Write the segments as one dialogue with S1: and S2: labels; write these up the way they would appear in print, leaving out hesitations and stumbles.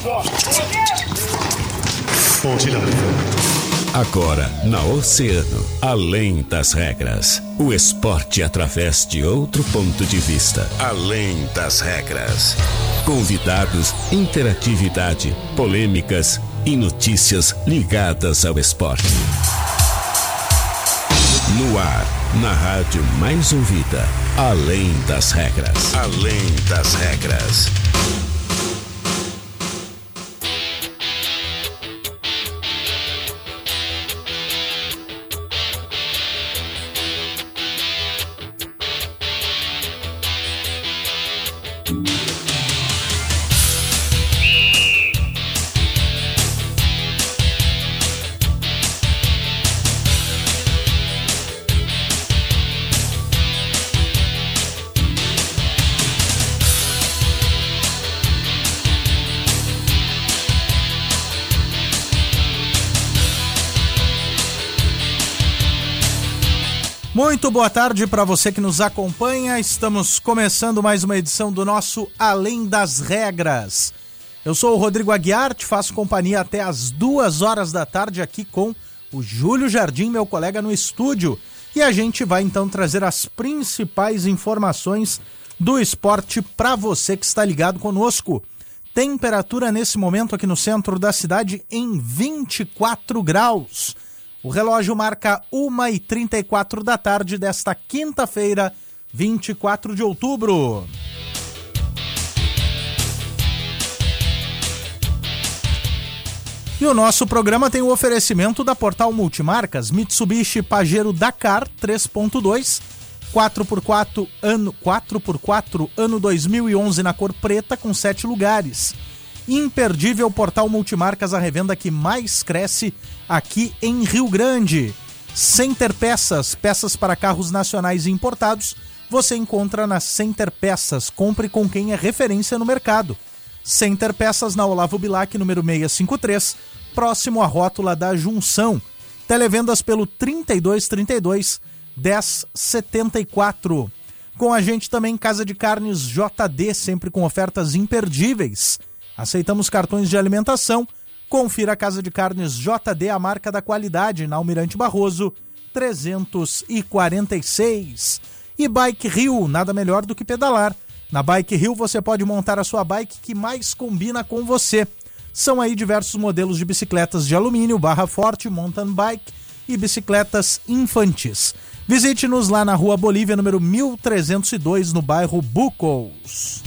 S1: Agora, na Oceano, além das regras. O esporte através de outro ponto de vista. Além das regras. Convidados, interatividade, polêmicas e notícias ligadas ao esporte. No ar, na rádio mais ouvida. Além das regras. Além das regras.
S2: Muito boa tarde para você que nos acompanha. Estamos começando mais uma edição do nosso Além das Regras. Eu sou o Rodrigo Aguiar, te faço companhia até as 2 horas da tarde aqui com o Júlio Jardim, meu colega no estúdio. E a gente vai então trazer as principais informações do esporte para você que está ligado conosco. Temperatura nesse momento aqui no centro da cidade em 24 graus. O relógio marca 1h34 da tarde desta quinta-feira, 24 de outubro. E o nosso programa tem o oferecimento da Portal Multimarcas, Mitsubishi Pajero Dakar 3.2, 4x4 ano 2011 na cor preta com 7 lugares. Imperdível Portal Multimarcas, a revenda que mais cresce aqui em Rio Grande. Center Peças, peças para carros nacionais e importados, você encontra na Center Peças. Compre com quem é referência no mercado. Center Peças na Olavo Bilac, número 653, próximo à rótula da Junção. Televendas pelo 3232-1074. Com a gente também Casa de Carnes JD, sempre com ofertas imperdíveis. Aceitamos cartões de alimentação. Confira a Casa de Carnes JD, a marca da qualidade, na Almirante Barroso 346. E Bike Rio, nada melhor do que pedalar. Na Bike Rio você pode montar a sua bike que mais combina com você. São aí diversos modelos de bicicletas de alumínio, barra forte, mountain bike e bicicletas infantis. Visite-nos lá na Rua Bolívia, número 1302, no bairro Bucos.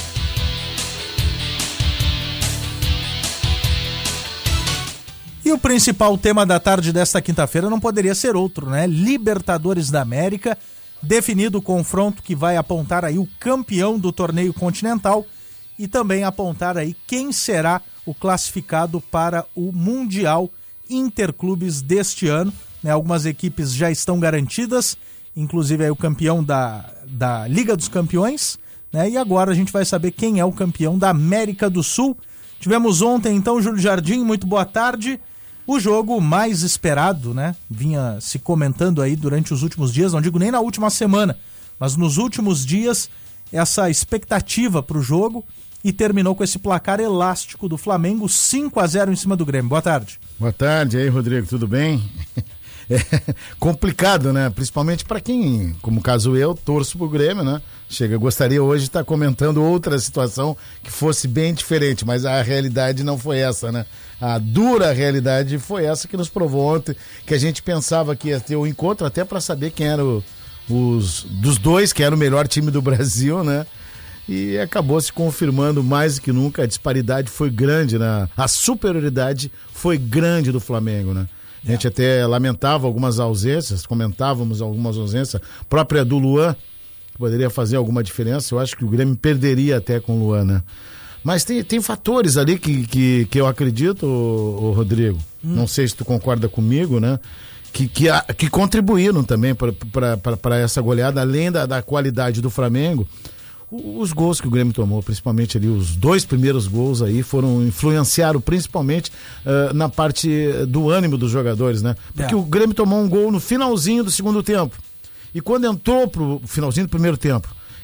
S2: E o principal tema da tarde desta quinta-feira não poderia ser outro, né? Libertadores da América, definido o confronto que vai apontar aí o campeão do torneio continental e também apontar aí quem será o classificado para o Mundial Interclubes deste ano, né? Algumas equipes já estão garantidas, inclusive aí o campeão da Liga dos Campeões, né? E agora a gente vai saber quem é o campeão da América do Sul. Tivemos ontem então, Júlio Jardim, muito boa tarde. O jogo mais esperado, né? Vinha se comentando aí durante os últimos dias, não digo nem na última semana, mas nos últimos dias, essa expectativa para o jogo, e terminou com esse placar elástico do Flamengo, 5-0 em cima do Grêmio. Boa tarde.
S3: Boa tarde, e aí, Rodrigo, tudo bem? É complicado, né? Principalmente para quem, como caso eu, torço pro Grêmio, né? Gostaria hoje de estar comentando outra situação que fosse bem diferente, mas a realidade não foi essa, né? A dura realidade foi essa que nos provou ontem, que a gente pensava que ia ter o encontro até para saber quem era dos dois, que era o melhor time do Brasil, né? E acabou se confirmando mais do que nunca, a disparidade foi grande, né? A superioridade foi grande do Flamengo, né? A gente até lamentava algumas ausências, comentávamos algumas ausências, própria do Luan, que poderia fazer alguma diferença. Eu acho que o Grêmio perderia até com o Luan, né? Mas tem fatores ali que eu acredito, Rodrigo, não sei se tu concorda comigo, né? Que contribuíram também para essa goleada, além da qualidade do Flamengo. Os gols que o Grêmio tomou, principalmente ali, os 2 primeiros gols aí, influenciaram principalmente na parte do ânimo dos jogadores, né? Porque o Grêmio tomou um gol no finalzinho do segundo tempo. E quando entrou pro finalzinho do primeiro tempo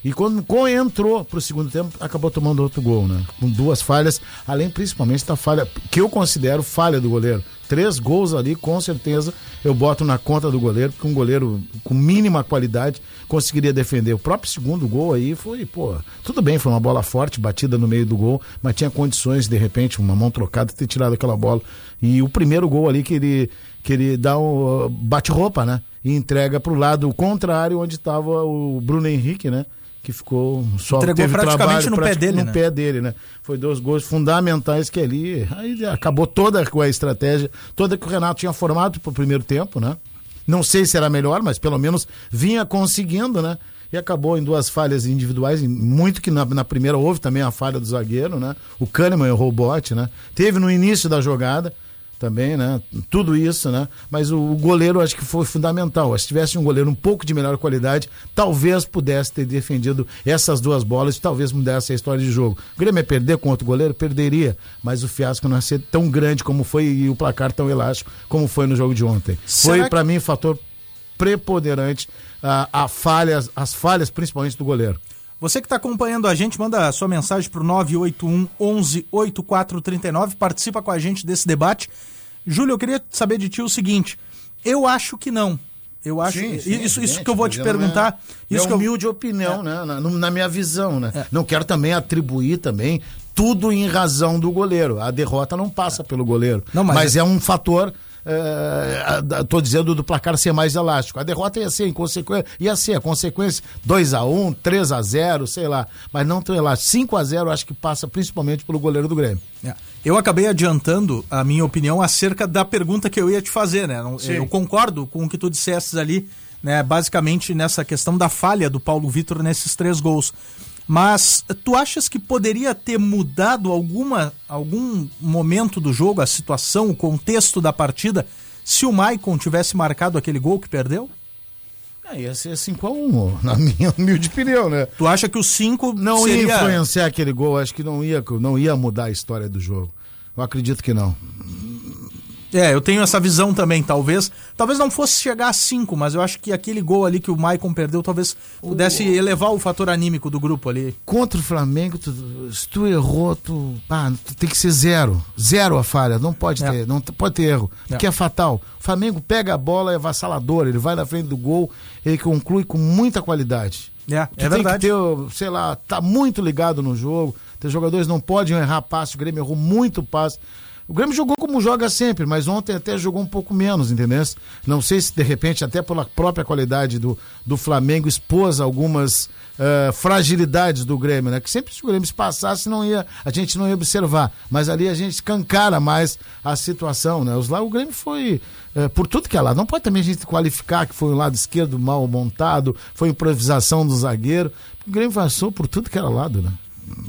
S3: E quando entrou pro segundo tempo, acabou tomando outro gol, né? Com 2 falhas, além principalmente da falha, que eu considero falha do goleiro. 3 gols ali, com certeza, eu boto na conta do goleiro, porque um goleiro com mínima qualidade conseguiria defender. O próprio segundo gol aí foi, tudo bem, foi uma bola forte, batida no meio do gol, mas tinha condições, de repente, uma mão trocada, de ter tirado aquela bola. E o primeiro gol ali que ele dá um bate-roupa, né? E entrega pro lado contrário, onde estava o Bruno Henrique, né? Que ficou só
S2: entregou
S3: teve
S2: praticamente
S3: trabalho,
S2: no pé dele,
S3: no pé dele, né? Foi 2 gols fundamentais que ali, aí acabou toda a estratégia, toda que o Renato tinha formado pro primeiro tempo, né? Não sei se era melhor, mas pelo menos vinha conseguindo, né? E acabou em 2 falhas individuais, muito que na primeira houve também a falha do zagueiro, né? O Kahneman errou o bote, né? Teve no início da jogada também, né? Tudo isso, né? Mas o goleiro acho que foi fundamental. Se tivesse um goleiro um pouco de melhor qualidade, talvez pudesse ter defendido essas 2 bolas e talvez mudasse a história de jogo. O Grêmio ia perder com outro goleiro? Perderia, mas o fiasco não ia ser tão grande como foi e o placar tão elástico como foi no jogo de ontem. Foi, para mim, fator preponderante as falhas principalmente do goleiro.
S2: Você que está acompanhando a gente, manda a sua mensagem para o 981 11 8439, participa com a gente desse debate. Júlio, eu queria saber de ti o seguinte, eu acho que não. Eu acho isso que eu vou te perguntar. Isso
S3: humilde opinião, né? Na minha visão, né? Não quero também atribuir também tudo em razão do goleiro. A derrota não passa pelo goleiro. Não, mas é um fator. Tô dizendo do placar ser mais elástico. A derrota ia ser a consequência 2-1, 3-0, sei lá, mas não tão elástico. 5-0 acho que passa principalmente pelo goleiro do Grêmio.
S2: Eu acabei adiantando a minha opinião acerca da pergunta que eu ia te fazer, né? Eu concordo com o que tu disseste ali, né? Basicamente nessa questão da falha do Paulo Vitor nesses 3 gols. Mas tu achas que poderia ter mudado algum momento do jogo, a situação, o contexto da partida, se o Maicon tivesse marcado aquele gol que perdeu?
S3: Ia ser 5-1, na minha humilde opinião, né?
S2: Tu acha que o 5
S3: não ia influenciar aquele gol? Acho que não ia mudar a história do jogo. Eu acredito que não.
S2: Eu tenho essa visão também, talvez não fosse chegar a 5, mas eu acho que aquele gol ali que o Maicon perdeu, talvez pudesse elevar o fator anímico do grupo ali. Contra
S3: o Flamengo, se tu errou, tu tem que ser 0 a falha, não pode ter, não pode ter erro, porque é fatal. O Flamengo pega a bola, é avassalador, ele vai na frente do gol, ele conclui com muita qualidade.
S2: É verdade.
S3: Tem que ter, sei lá, tá muito ligado no jogo, os jogadores não podem errar passe, o Grêmio errou muito passe. O Grêmio jogou como joga sempre, mas ontem até jogou um pouco menos, entendeu? Não sei se de repente, até pela própria qualidade do Flamengo, expôs algumas fragilidades do Grêmio, né? Que sempre se o Grêmio se passasse, a gente não ia observar. Mas ali a gente escancara mais a situação, né? O Grêmio foi por tudo que é lado. Não pode também a gente qualificar que foi o lado esquerdo mal montado, foi improvisação do zagueiro. O Grêmio passou por tudo que era lado, né?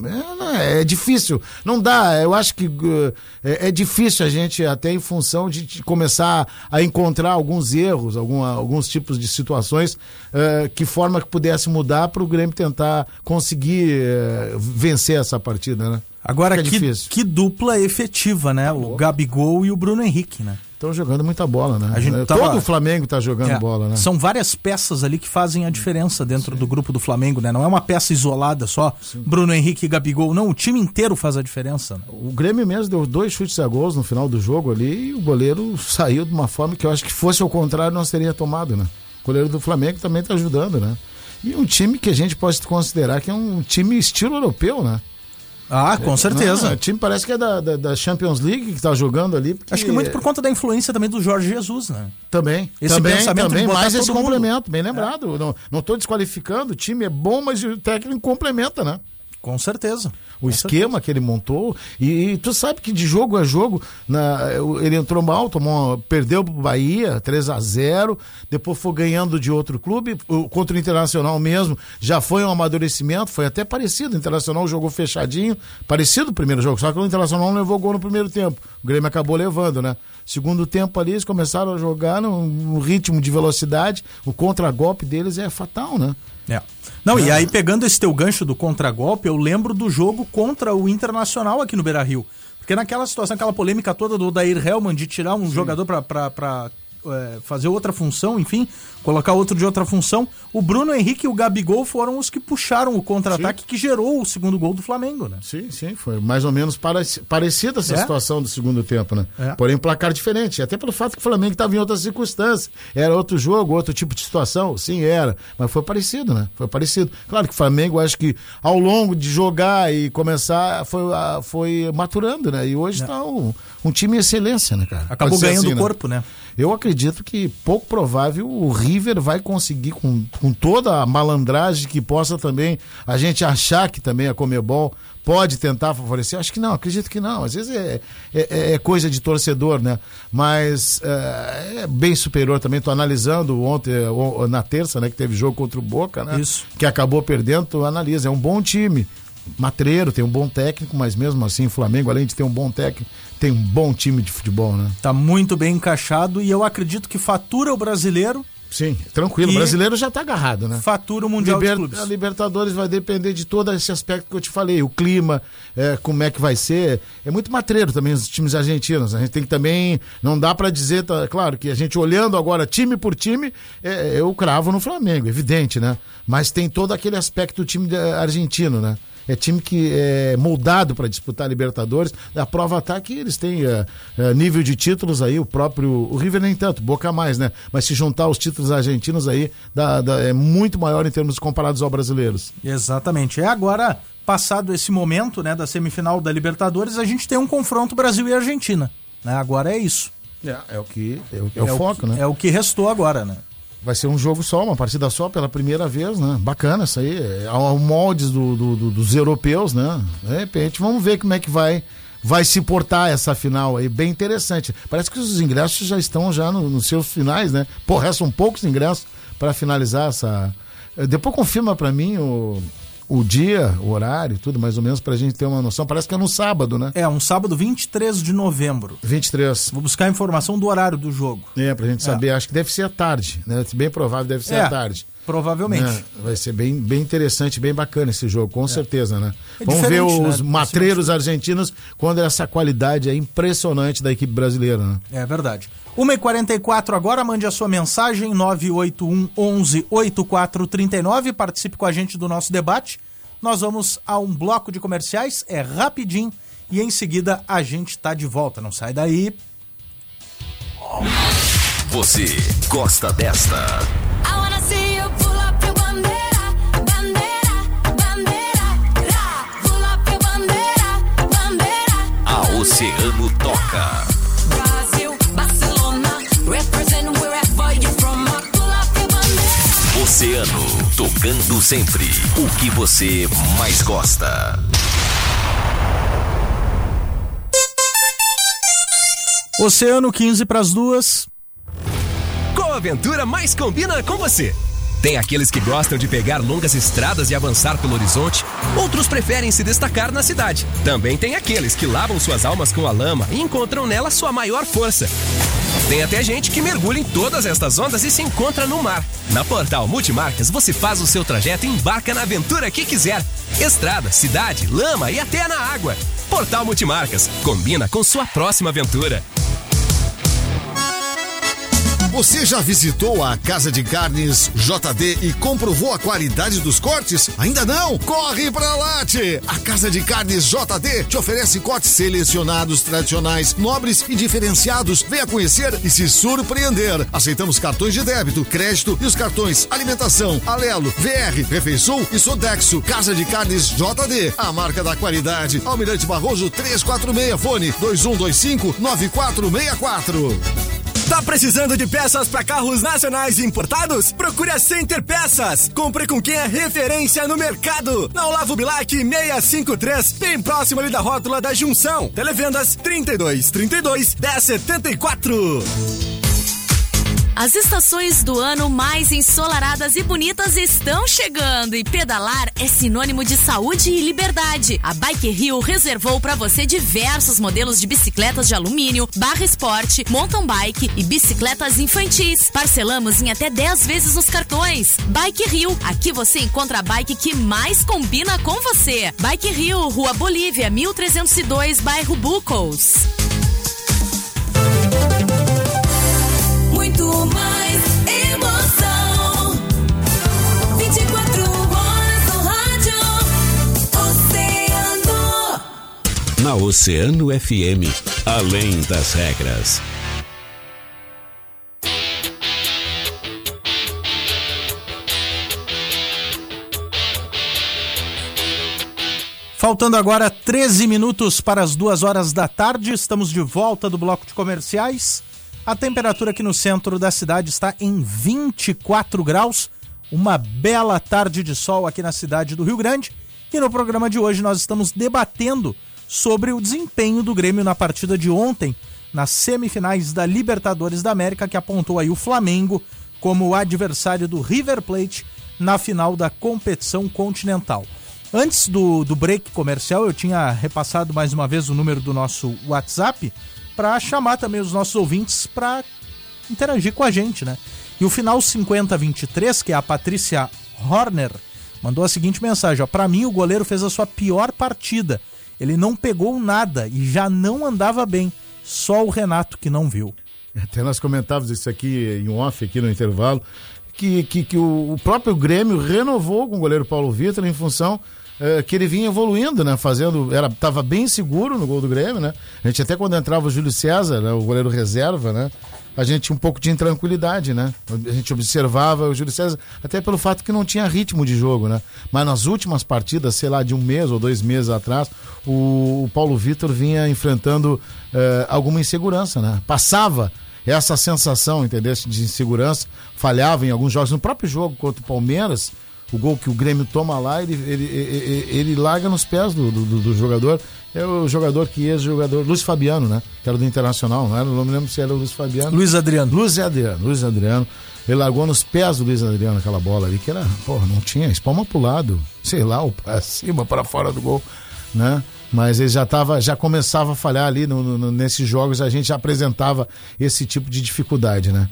S3: É difícil, não dá, eu acho que é difícil a gente, até em função de começar a encontrar alguns erros, alguns tipos de situações que forma que pudesse mudar para o Grêmio tentar conseguir vencer essa partida, né?
S2: Agora que dupla efetiva, né? O Gabigol e o Bruno Henrique, né?
S3: Estão jogando muita bola, né? Todo o Flamengo está jogando bola, né?
S2: São várias peças ali que fazem a diferença dentro do grupo do Flamengo, né? Não é uma peça isolada só, Bruno Henrique e Gabigol. Não, o time inteiro faz a diferença. Né?
S3: O Grêmio mesmo deu 2 chutes a gols no final do jogo ali e o goleiro saiu de uma forma que eu acho que fosse ao contrário não teria tomado, né? O goleiro do Flamengo também está ajudando, né? E um time que a gente pode considerar que é um time estilo europeu, né?
S2: Com certeza.
S3: O time parece que é da Champions League que tá jogando ali.
S2: Acho que muito por conta da influência também do Jorge Jesus, né?
S3: Também.
S2: Esse pensamento
S3: também mais esse
S2: mundo.
S3: complemento, bem lembrado. Não tô desqualificando, o time é bom, mas o técnico complementa, né?
S2: Com certeza.
S3: O esquema que ele montou. E tu sabe que de jogo a jogo, ele entrou mal, perdeu pro Bahia, 3-0. Depois foi ganhando de outro clube. Contra o Internacional mesmo, já foi um amadurecimento. Foi até parecido. O Internacional jogou fechadinho. Parecido o primeiro jogo. Só que o Internacional não levou gol no primeiro tempo. O Grêmio acabou levando, né? Segundo tempo ali, eles começaram a jogar num ritmo de velocidade. O contragolpe deles é fatal, né?
S2: Não, e aí pegando esse teu gancho do contragolpe, eu lembro do jogo contra o Internacional aqui no Beira-Rio. Porque naquela situação, aquela polêmica toda do Odair Hellmann de tirar um jogador pra fazer outra função, enfim, colocar outro de outra função. O Bruno Henrique e o Gabigol foram os que puxaram o contra-ataque que gerou o segundo gol do Flamengo, né?
S3: Sim, foi mais ou menos parecida essa situação do segundo tempo, né? Porém, placar diferente, até pelo fato que o Flamengo estava em outras circunstâncias, era outro jogo, outro tipo de situação, sim, era, mas foi parecido, né? Foi parecido. Claro que o Flamengo, acho que ao longo de jogar e começar, foi maturando, né? E hoje está um time em excelência, né, cara?
S2: Acabou ganhando o corpo, né?
S3: Eu acredito que pouco provável o River vai conseguir, com toda a malandragem que possa também a gente achar que também a Conmebol pode tentar favorecer. Acho que não, acredito que não. Às vezes é coisa de torcedor, né? Mas é bem superior também. Tô analisando ontem, na terça, né, que teve jogo contra o Boca, né?
S2: Isso.
S3: Que acabou perdendo, tu analisa. É um bom time. Matreiro, tem um bom técnico, mas mesmo assim o Flamengo, além de ter um bom técnico, tem um bom time de futebol, né?
S2: Tá muito bem encaixado e eu acredito que fatura o brasileiro.
S3: Sim, tranquilo, o brasileiro já tá agarrado, né?
S2: Fatura o Mundial de Clubes.
S3: A Libertadores vai depender de todo esse aspecto que eu te falei, o clima, como é que vai ser, é muito matreiro também os times argentinos, a gente tem que também, não dá pra dizer, claro que a gente olhando agora time por time, eu cravo no Flamengo, evidente, né? Mas tem todo aquele aspecto do time argentino, né? É time que é moldado para disputar a Libertadores. A prova tá que eles têm nível de títulos aí, o River nem tanto, Boca mais, né? Mas se juntar os títulos argentinos aí, é muito maior em termos comparados aos brasileiros.
S2: Exatamente. Agora, passado esse momento, né, da semifinal da Libertadores, a gente tem um confronto Brasil e Argentina, né? Agora é isso.
S3: É o foco, né?
S2: É o que restou agora, né?
S3: Vai ser um jogo só, uma partida só pela primeira vez, né? Bacana isso aí, ao moldes dos europeus, né? De repente, vamos ver como é que vai se portar essa final aí, bem interessante. Parece que os ingressos já estão nos seus finais, né? Pô, restam poucos ingressos para finalizar essa... Depois confirma para mim o dia, o horário, tudo mais ou menos, pra gente ter uma noção. Parece que é no sábado, né?
S2: Um sábado 23 de novembro.
S3: 23.
S2: Vou buscar a informação do horário do jogo.
S3: Pra gente saber. Acho que deve ser à tarde, né? Bem provável, deve ser à tarde.
S2: Provavelmente.
S3: Vai ser bem interessante, bem bacana esse jogo, com certeza, né? Vamos ver os matreiros argentinos quando essa qualidade é impressionante da equipe brasileira, né?
S2: É verdade. 1h44 agora, mande a sua mensagem, 981 11 8439, participe com a gente do nosso debate. Nós vamos a um bloco de comerciais, é rapidinho, e em seguida a gente tá de volta, não sai daí.
S1: Você gosta desta? A Oceano toca. Oceano, tocando sempre o que você mais gosta.
S2: Oceano, 15 para as 2.
S4: Qual aventura mais combina com você? Tem aqueles que gostam de pegar longas estradas e avançar pelo horizonte. Outros preferem se destacar na cidade. Também tem aqueles que lavam suas almas com a lama e encontram nela sua maior força. Tem até gente que mergulha em todas estas ondas e se encontra no mar. Na Portal Multimarcas você faz o seu trajeto e embarca na aventura que quiser. Estrada, cidade, lama e até na água. Portal Multimarcas, combina com sua próxima aventura.
S5: Você já visitou a Casa de Carnes JD e comprovou a qualidade dos cortes? Ainda não? Corre pra lá, tchê! A Casa de Carnes JD te oferece cortes selecionados, tradicionais, nobres e diferenciados. Venha conhecer e se surpreender. Aceitamos cartões de débito, crédito e os cartões Alimentação, Alelo, VR, Refeisul e Sodexo. Casa de Carnes JD, a marca da qualidade. Almirante Barroso 346, fone 2125-9464.
S6: Tá precisando de peças para carros nacionais e importados? Procure a Center Peças. Compre com quem é referência no mercado. Na Olavo Bilac 653, bem próximo ali da rótula da Junção. Televendas 3232-1074.
S7: As estações do ano mais ensolaradas e bonitas estão chegando e pedalar é sinônimo de saúde e liberdade. A Bike Rio reservou para você diversos modelos de bicicletas de alumínio, barra esporte, mountain bike e bicicletas infantis. Parcelamos em até 10 vezes nos cartões. Bike Rio, aqui você encontra a bike que mais combina com você. Bike Rio, Rua Bolívia, 1302, bairro Bucos.
S8: Muito muito mais emoção. 24 horas no rádio Oceano.
S1: Na Oceano FM, além das regras.
S2: Faltando agora 13 minutos para as 2 horas da tarde, estamos de volta do bloco de comerciais. A temperatura aqui no centro da cidade está em 24 graus, uma bela tarde de sol aqui na cidade do Rio Grande. E no programa de hoje nós estamos debatendo sobre o desempenho do Grêmio na partida de ontem, nas semifinais da Libertadores da América, que apontou aí o Flamengo como adversário do River Plate na final da competição continental. Antes do break comercial, eu tinha repassado mais uma vez o número do nosso WhatsApp para chamar também os nossos ouvintes para interagir com a gente, né? E o final 5023, que é a Patrícia Horner, mandou a seguinte mensagem: para mim o goleiro fez a sua pior partida. Ele não pegou nada e já não andava bem. Só o Renato que não viu.
S3: Até nós comentávamos isso aqui em off, aqui no intervalo, que o próprio Grêmio renovou com o goleiro Paulo Vitor em função que ele vinha evoluindo, né? Tava bem seguro no gol do Grêmio, né? A gente até quando entrava o Júlio César, né? O goleiro reserva, né? A gente tinha um pouco de intranquilidade, né? A gente observava o Júlio César, até pelo fato que não tinha ritmo de jogo, né? Mas nas últimas partidas, sei lá, de 1 mês ou 2 meses atrás, o Paulo Vitor vinha enfrentando alguma insegurança, né? Passava essa sensação, entendeu? De insegurança, falhava em alguns jogos. No próprio jogo contra o Palmeiras, o gol que o Grêmio toma lá, ele larga nos pés do jogador. É o jogador que ex-jogador, Luiz Fabiano, né? Que era do Internacional, não era? Não me lembro se era o Luiz Fabiano.
S2: Luiz
S3: Adriano. Ele largou nos pés do Luiz Adriano aquela bola ali, que era, não tinha, espalma pro lado, sei lá, ou pra cima, para fora do gol, né? Mas ele já começava a falhar ali nesses jogos, a gente já apresentava esse tipo de dificuldade, né?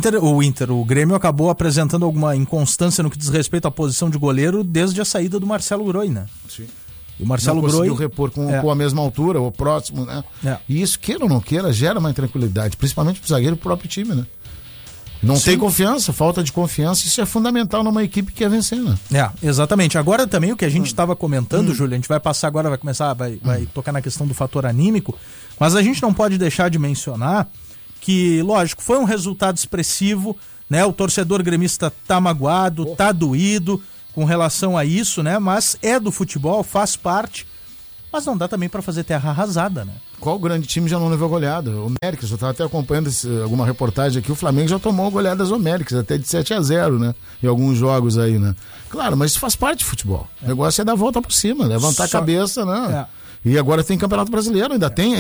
S2: O Grêmio acabou apresentando alguma inconstância no que diz respeito à posição de goleiro desde a saída do Marcelo Groi, né?
S3: Sim.
S2: E o Marcelo
S3: Groi
S2: Groi
S3: conseguiu repor com a mesma altura, ou próximo, né? E isso, queira ou não queira, gera uma intranquilidade, principalmente pro zagueiro e pro próprio time, né? Não tem confiança, falta de confiança, isso é fundamental numa equipe que quer vencer, né?
S2: Exatamente. Agora também o que a gente estava comentando, Júlio, a gente vai passar agora, vai tocar na questão do fator anímico, mas a gente não pode deixar de mencionar que, lógico, foi um resultado expressivo, né? O torcedor gremista tá magoado, tá doído com relação a isso, né? Mas é do futebol, faz parte, mas não dá também para fazer terra arrasada, né?
S3: Qual grande time já não levou goleada? O América, eu estava até acompanhando alguma reportagem aqui, o Flamengo já tomou goleadas homéricas, até de 7-0, né? Em alguns jogos aí, né? Claro, mas isso faz parte de futebol. O negócio é dar a volta por cima, levantar a cabeça, né? E agora tem Campeonato Brasileiro, ainda tem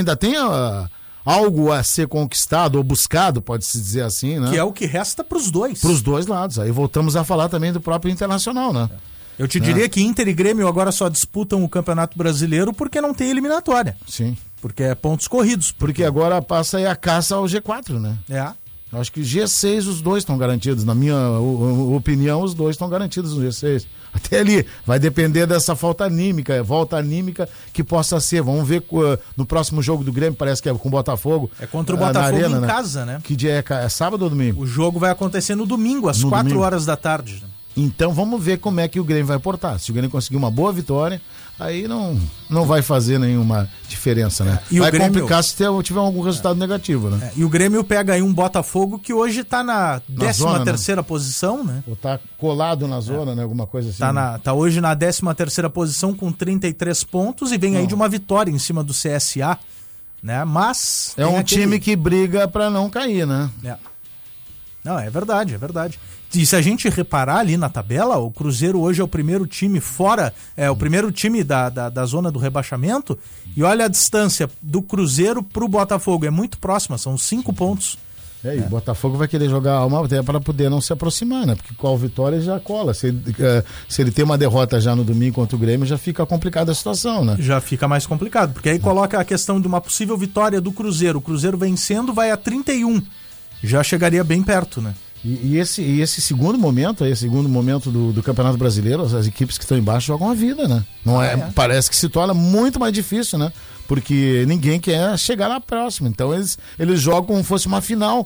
S3: algo a ser conquistado ou buscado, pode-se dizer assim, né?
S2: Que é o que resta pros dois.
S3: Pros dois lados. Aí voltamos a falar também do próprio Internacional, né?
S2: Eu te diria que Inter e Grêmio agora só disputam o Campeonato Brasileiro porque não tem eliminatória.
S3: Sim.
S2: Porque é pontos corridos.
S3: Porque agora passa aí a caça ao G4, né? Eu acho que G6 os dois estão garantidos. Na minha opinião, os dois estão garantidos no G6. Até ali, vai depender dessa volta anímica que possa ser. Vamos ver no próximo jogo do Grêmio, parece que é com o Botafogo.
S2: É contra o Botafogo
S3: Arena,
S2: em casa, né?
S3: Que dia é sábado ou domingo?
S2: O jogo vai acontecer no domingo, às 4 horas da tarde.
S3: Então vamos ver como é que o Grêmio vai portar. Se o Grêmio conseguir uma boa vitória, aí não vai fazer nenhuma diferença, né?
S2: E
S3: vai
S2: o Grêmio
S3: complicar se tiver algum resultado negativo, né?
S2: E o Grêmio pega aí um Botafogo que hoje está na 13ª posição, né?
S3: Ou tá colado na zona, né? Alguma coisa assim.
S2: Tá hoje na 13ª posição com 33 pontos e vem aí de uma vitória em cima do CSA, né? Mas
S3: é um time que briga para não cair, né?
S2: Não, é verdade. E se a gente reparar ali na tabela, o Cruzeiro hoje é o primeiro time o primeiro time da zona do rebaixamento, e olha a distância do Cruzeiro pro Botafogo, é muito próxima, são 5 pontos.
S3: E o Botafogo vai querer jogar alma até para poder não se aproximar, né? Porque com a vitória já cola. Se ele tem uma derrota já no domingo contra o Grêmio, já fica complicada a situação, né?
S2: Já fica mais complicado, porque aí coloca a questão de uma possível vitória do Cruzeiro. O Cruzeiro vencendo vai a 31, já chegaria bem perto, né?
S3: E esse segundo momento do Campeonato Brasileiro, as equipes que estão embaixo jogam a vida, né? Parece que se torna muito mais difícil, né? Porque ninguém quer chegar lá próximo. Então eles jogam como se fosse uma final,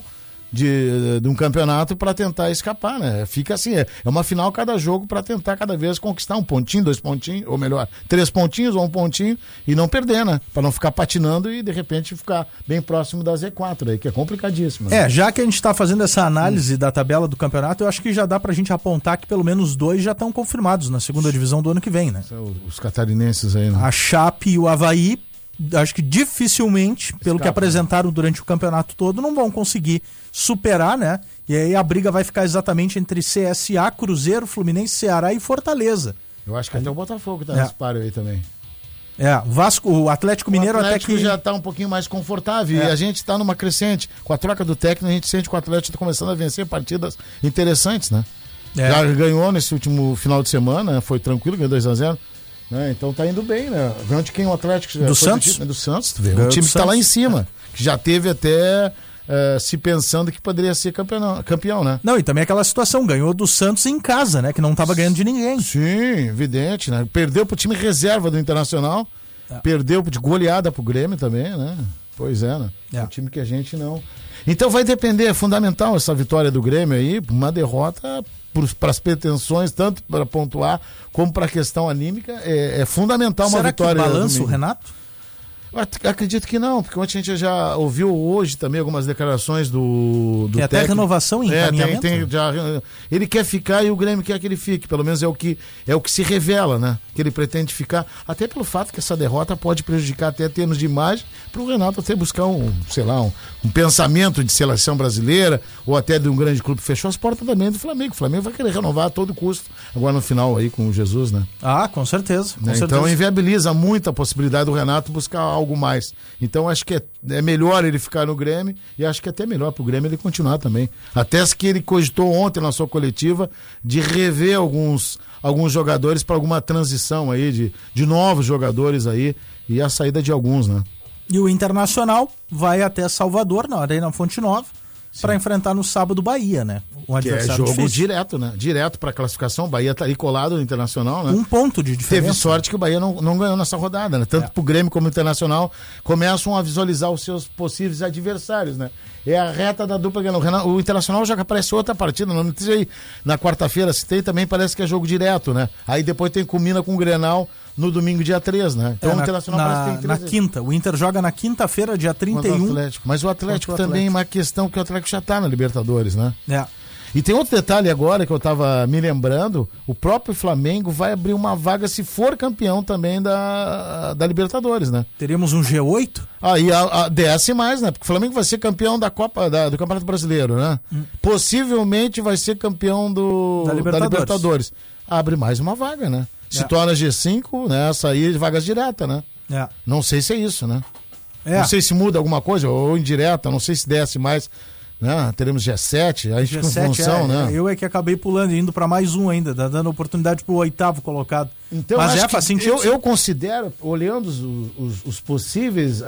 S3: de um campeonato para tentar escapar, né? Fica assim, é uma final cada jogo para tentar cada vez conquistar 1 pontinho, 2 pontinhos, ou melhor, 3 pontinhos ou 1 pontinho e não perder, né? Para não ficar patinando e de repente ficar bem próximo da Z4 aí, que é complicadíssimo. Né?
S2: Já que a gente tá fazendo essa análise da tabela do campeonato, eu acho que já dá pra gente apontar que pelo menos 2 já estão confirmados na segunda divisão do ano que vem, né?
S3: Os catarinenses aí, né?
S2: A Chape e o Avaí, acho que dificilmente, pelo que apresentaram durante o campeonato todo, não vão conseguir superar, né? E aí a briga vai ficar exatamente entre CSA, Cruzeiro, Fluminense, Ceará e Fortaleza.
S3: Eu acho que até o Botafogo tá nesse páreo aí também.
S2: O Vasco, o Atlético Mineiro até que
S3: já tá um pouquinho mais confortável e a gente tá numa crescente. Com a troca do técnico, a gente sente que o Atlético tá começando a vencer partidas interessantes, né? Já ganhou nesse último final de semana, foi tranquilo, ganhou 2-0. Né? Então tá indo bem, né? Ganhou de quem o Atlético?
S2: Do Santos?
S3: Do Santos, tu vê. O time que tá lá em cima, que já teve até se pensando que poderia ser campeão, né?
S2: Não, e também aquela situação, ganhou do Santos em casa, né? Que não tava ganhando de ninguém.
S3: Sim, evidente, né? Perdeu pro time reserva do Internacional, perdeu de goleada pro Grêmio também, né? Pois é, né? É um time que a gente não... Então vai depender, é fundamental essa vitória do Grêmio aí, uma derrota para as pretensões, tanto para pontuar como para a questão anímica, é fundamental. Será uma vitória.
S2: Será que balança o Renato?
S3: Acredito que não, porque ontem a gente já ouviu hoje também algumas declarações do
S2: tem até renovação em encaminhamento?
S3: Ele quer ficar e o Grêmio quer que ele fique, pelo menos é o que se revela, né? Que ele pretende ficar, até pelo fato que essa derrota pode prejudicar até termos de imagem para o Renato até buscar um pensamento de seleção brasileira ou até de um grande clube. Fechou as portas também do Flamengo. O Flamengo vai querer renovar a todo custo agora no final aí com o Jesus, né?
S2: Com certeza.
S3: Então inviabiliza muito a possibilidade do Renato buscar algo mais. Então acho que é melhor ele ficar no Grêmio e acho que é até melhor pro Grêmio ele continuar também. Até que ele cogitou ontem na sua coletiva de rever alguns jogadores para alguma transição aí de novos jogadores aí e a saída de alguns, né?
S2: E o Internacional vai até Salvador, na Arena Fonte Nova, para enfrentar no sábado o Bahia, né? Um
S3: adversário que é jogo difícil. Direto, né? Direto para classificação. O Bahia tá aí colado no Internacional, né?
S2: 1 ponto de diferença.
S3: Teve sorte que o Bahia não ganhou nessa rodada, né? Tanto pro Grêmio como o Internacional começam a visualizar os seus possíveis adversários, né? É a reta da dupla ganhando. O Internacional já aparece outra partida, não sei, na quarta-feira se tem, também parece que é jogo direto, né? Aí depois culmina com o Grenal no domingo, dia 3, né? Então o Internacional parece que tem 3.
S2: Na quinta, o Inter joga na quinta-feira, dia 31.
S3: Mas o Atlético também é uma questão que o Atlético já tá na Libertadores, né?
S2: É.
S3: E tem outro detalhe agora que eu tava me lembrando, o próprio Flamengo vai abrir uma vaga se for campeão também da Libertadores, né?
S2: Teremos um G8?
S3: E desce mais, né? Porque o Flamengo vai ser campeão da Copa, do Campeonato Brasileiro, né? Possivelmente vai ser campeão da Libertadores. Abre mais uma vaga, né? Se torna G5, né? Sair de vagas diretas, né? Não sei se é isso, né? Não sei se muda alguma coisa, ou indireta, não sei se desce mais... Né? Teremos G7, aí fica em função, né?
S2: Eu que acabei pulando e indo para mais um ainda, dando oportunidade pro 8º colocado.
S3: Então, mas faz sentido. Eu considero, olhando os possíveis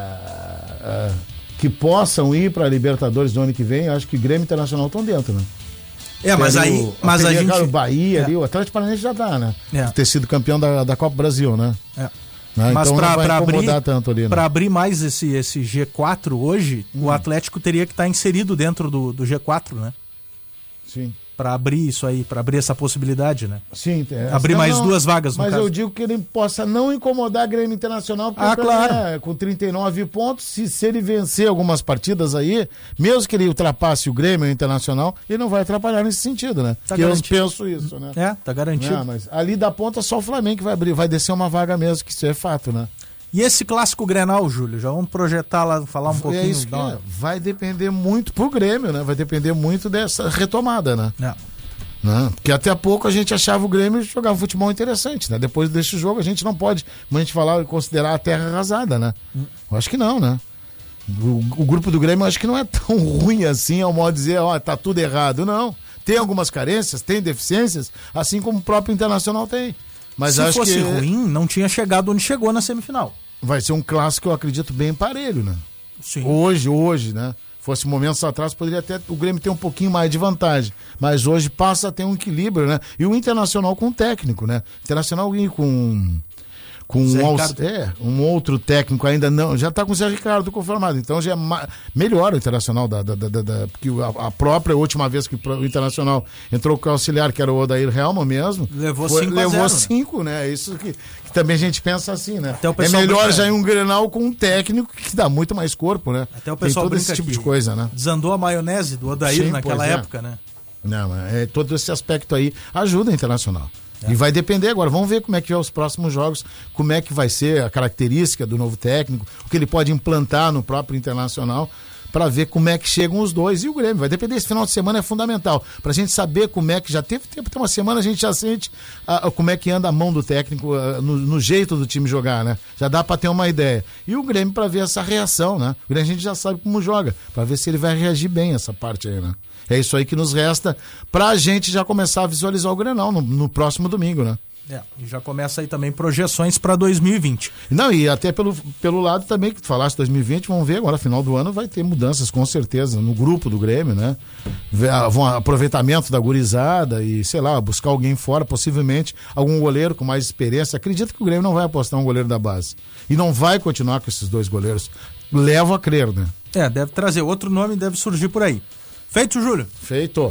S3: que possam ir para a Libertadores do ano que vem, acho que Grêmio e Internacional estão dentro, né?
S2: Mas aí. Mas a gente.
S3: O Bahia ali, o Atlético Paranaense já dá, né? Ter sido campeão da Copa Brasil, né?
S2: Mas
S3: então
S2: para abrir mais esse G4 hoje, o Atlético teria que estar inserido dentro do G4, né?
S3: Sim.
S2: Para abrir isso aí, para abrir essa possibilidade, né?
S3: Sim.
S2: Abrir mais 2 vagas, no
S3: caso.
S2: Mas
S3: eu digo que ele possa não incomodar a Grêmio Internacional, porque
S2: claro.
S3: Com 39 pontos, se ele vencer algumas partidas aí, mesmo que ele ultrapasse o Grêmio Internacional, ele não vai atrapalhar nesse sentido, né?
S2: Tá
S3: eu penso isso, né?
S2: Tá garantido.
S3: Mas ali da ponta só o Flamengo que vai abrir, vai descer uma vaga mesmo, que isso é fato, né?
S2: E esse clássico Grenal, Júlio? Já vamos projetar lá, falar um pouquinho.
S3: Isso vai depender muito pro Grêmio, né? Vai depender muito dessa retomada, né? Porque até há pouco a gente achava o Grêmio jogar futebol interessante, né? Depois desse jogo a gente não pode, como a gente falar, considerar a terra arrasada, né? Eu acho que não, né? O grupo do Grêmio eu acho que não é tão ruim assim, ao modo de dizer, tá tudo errado, não. Tem algumas carências, tem deficiências, assim como o próprio Internacional tem. Mas
S2: se fosse ruim, não tinha chegado onde chegou na semifinal.
S3: Vai ser um clássico, eu acredito, bem parelho, né?
S2: Sim.
S3: Hoje, né? Fosse momentos atrás, poderia até o Grêmio ter um pouquinho mais de vantagem. Mas hoje passa a ter um equilíbrio, né? E o Internacional com o técnico, né? Internacional com com um outro técnico ainda não, já está com o Zé Ricardo confirmado, então já é melhor o Internacional porque a própria última vez que o Internacional entrou com o auxiliar, que era o Odair Helman mesmo,
S2: levou
S3: 5, né? Isso que também a gente pensa assim, né?
S2: É
S3: melhor já em um Grenal com um técnico que dá muito mais corpo, né?
S2: Até o pessoal
S3: tem todo esse tipo de coisa, né?
S2: Desandou a maionese do Odair naquela época, né?
S3: Não, todo esse aspecto aí ajuda o Internacional. E vai depender agora, vamos ver como é que é os próximos jogos, como é que vai ser a característica do novo técnico, o que ele pode implantar no próprio Internacional, para ver como é que chegam os dois. E o Grêmio vai depender, esse final de semana é fundamental, pra gente saber como é que, já teve tempo, tem uma semana a gente já sente como é que anda a mão do técnico, no jeito do time jogar, né? Já dá pra ter uma ideia. E o Grêmio pra ver essa reação, né? O Grêmio a gente já sabe como joga, pra ver se ele vai reagir bem essa parte aí, né? É isso aí que nos resta pra gente já começar a visualizar o Grenal no próximo domingo, né?
S2: E já começa aí também projeções para 2020.
S3: Não, e até pelo lado também que tu falaste 2020, vamos ver agora, final do ano vai ter mudanças com certeza no grupo do Grêmio, né? Aproveitamento da gurizada e, sei lá, buscar alguém fora, possivelmente algum goleiro com mais experiência. Acredito que o Grêmio não vai apostar um goleiro da base. E não vai continuar com esses dois goleiros. Levo a crer, né?
S2: Deve trazer. Outro nome deve surgir por aí. Feito, Júlio?
S3: Feito.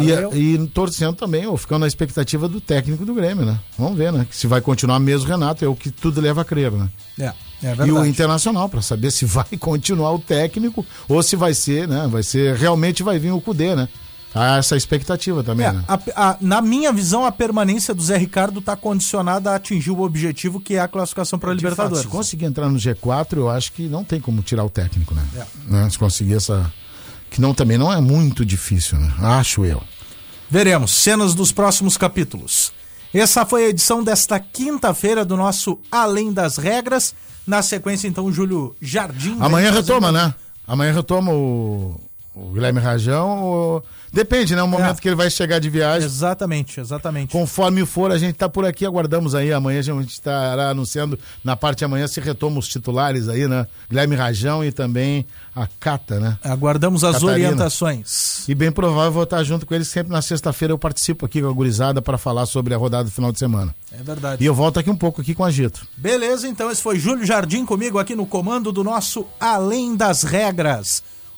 S3: E torcendo também, ou ficando na expectativa do técnico do Grêmio, né? Vamos ver, né? Se vai continuar mesmo o Renato, é o que tudo leva a crer, né?
S2: É verdade.
S3: E o Internacional, para saber se vai continuar o técnico ou se vai ser, né? Realmente vai vir o Cudê, né? Há essa expectativa também, né?
S2: Na minha visão, a permanência do Zé Ricardo está condicionada a atingir o objetivo, que é a classificação para a Libertadores.
S3: Fato, se conseguir entrar no G4, eu acho que não tem como tirar o técnico, né? Se conseguir que também não é muito difícil, né? Acho eu.
S2: Veremos cenas dos próximos capítulos. Essa foi a edição desta quinta-feira do nosso Além das Regras. Na sequência, então, o Júlio Jardim.
S3: Amanhã retoma, né? Amanhã retoma o Guilherme Rajão. Depende, né? O momento que ele vai chegar de viagem.
S2: Exatamente.
S3: Conforme for, a gente tá por aqui, aguardamos aí. Amanhã a gente estará anunciando, na parte de amanhã, se retoma os titulares aí, né? Guilherme Rajão e também a Cata, né?
S2: Aguardamos as orientações.
S3: E bem provável vou estar junto com eles sempre na sexta-feira. Eu participo aqui com a gurizada para falar sobre a rodada do final de semana.
S2: É verdade.
S3: E eu volto aqui um pouco aqui com a Agito.
S2: Beleza, então esse foi Júlio Jardim comigo aqui no comando do nosso Além das Regras.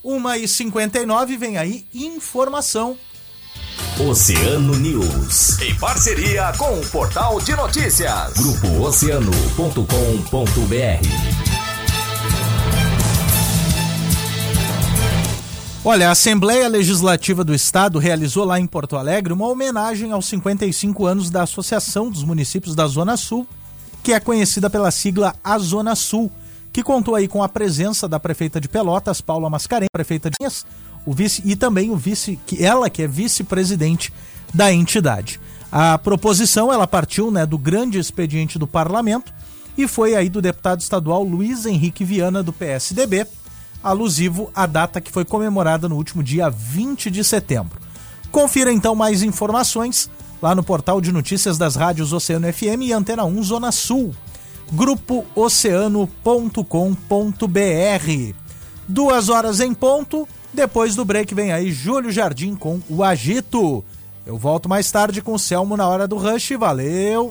S2: 1h59, vem aí informação.
S1: Oceano News, em parceria com o Portal de Notícias. Grupo Oceano.com.br.
S2: Olha, a Assembleia Legislativa do Estado realizou lá em Porto Alegre uma homenagem aos 55 anos da Associação dos Municípios da Zona Sul, que é conhecida pela sigla A Zona Sul, que contou aí com a presença da prefeita de Pelotas, Paula Mascarenhas, prefeita de Minas, o vice e também o vice, ela que é vice-presidente da entidade. A proposição, ela partiu, né, do grande expediente do parlamento e foi aí do deputado estadual Luiz Henrique Viana, do PSDB, alusivo à data que foi comemorada no último dia 20 de setembro. Confira então mais informações lá no portal de notícias das rádios Oceano FM e Antena 1 Zona Sul. grupooceano.com.br. 2h em ponto. Depois do break vem aí Júlio Jardim com o Agito. Eu volto mais tarde com o Selmo na hora do rush. Valeu!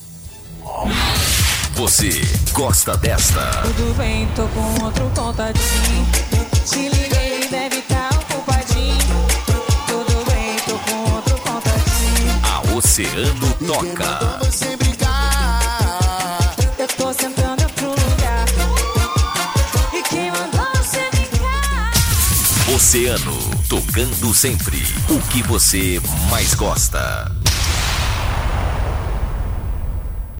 S1: Você gosta desta?
S8: Tudo bem, tô com outro contatinho. Te liguei, deve estar ocupadinho. Tudo bem, tô com outro contatinho.
S1: A Oceano toca.
S8: Eu tô sentando pro lugar. E quem mandou você ficar?
S1: Oceano, tocando sempre o que você mais gosta.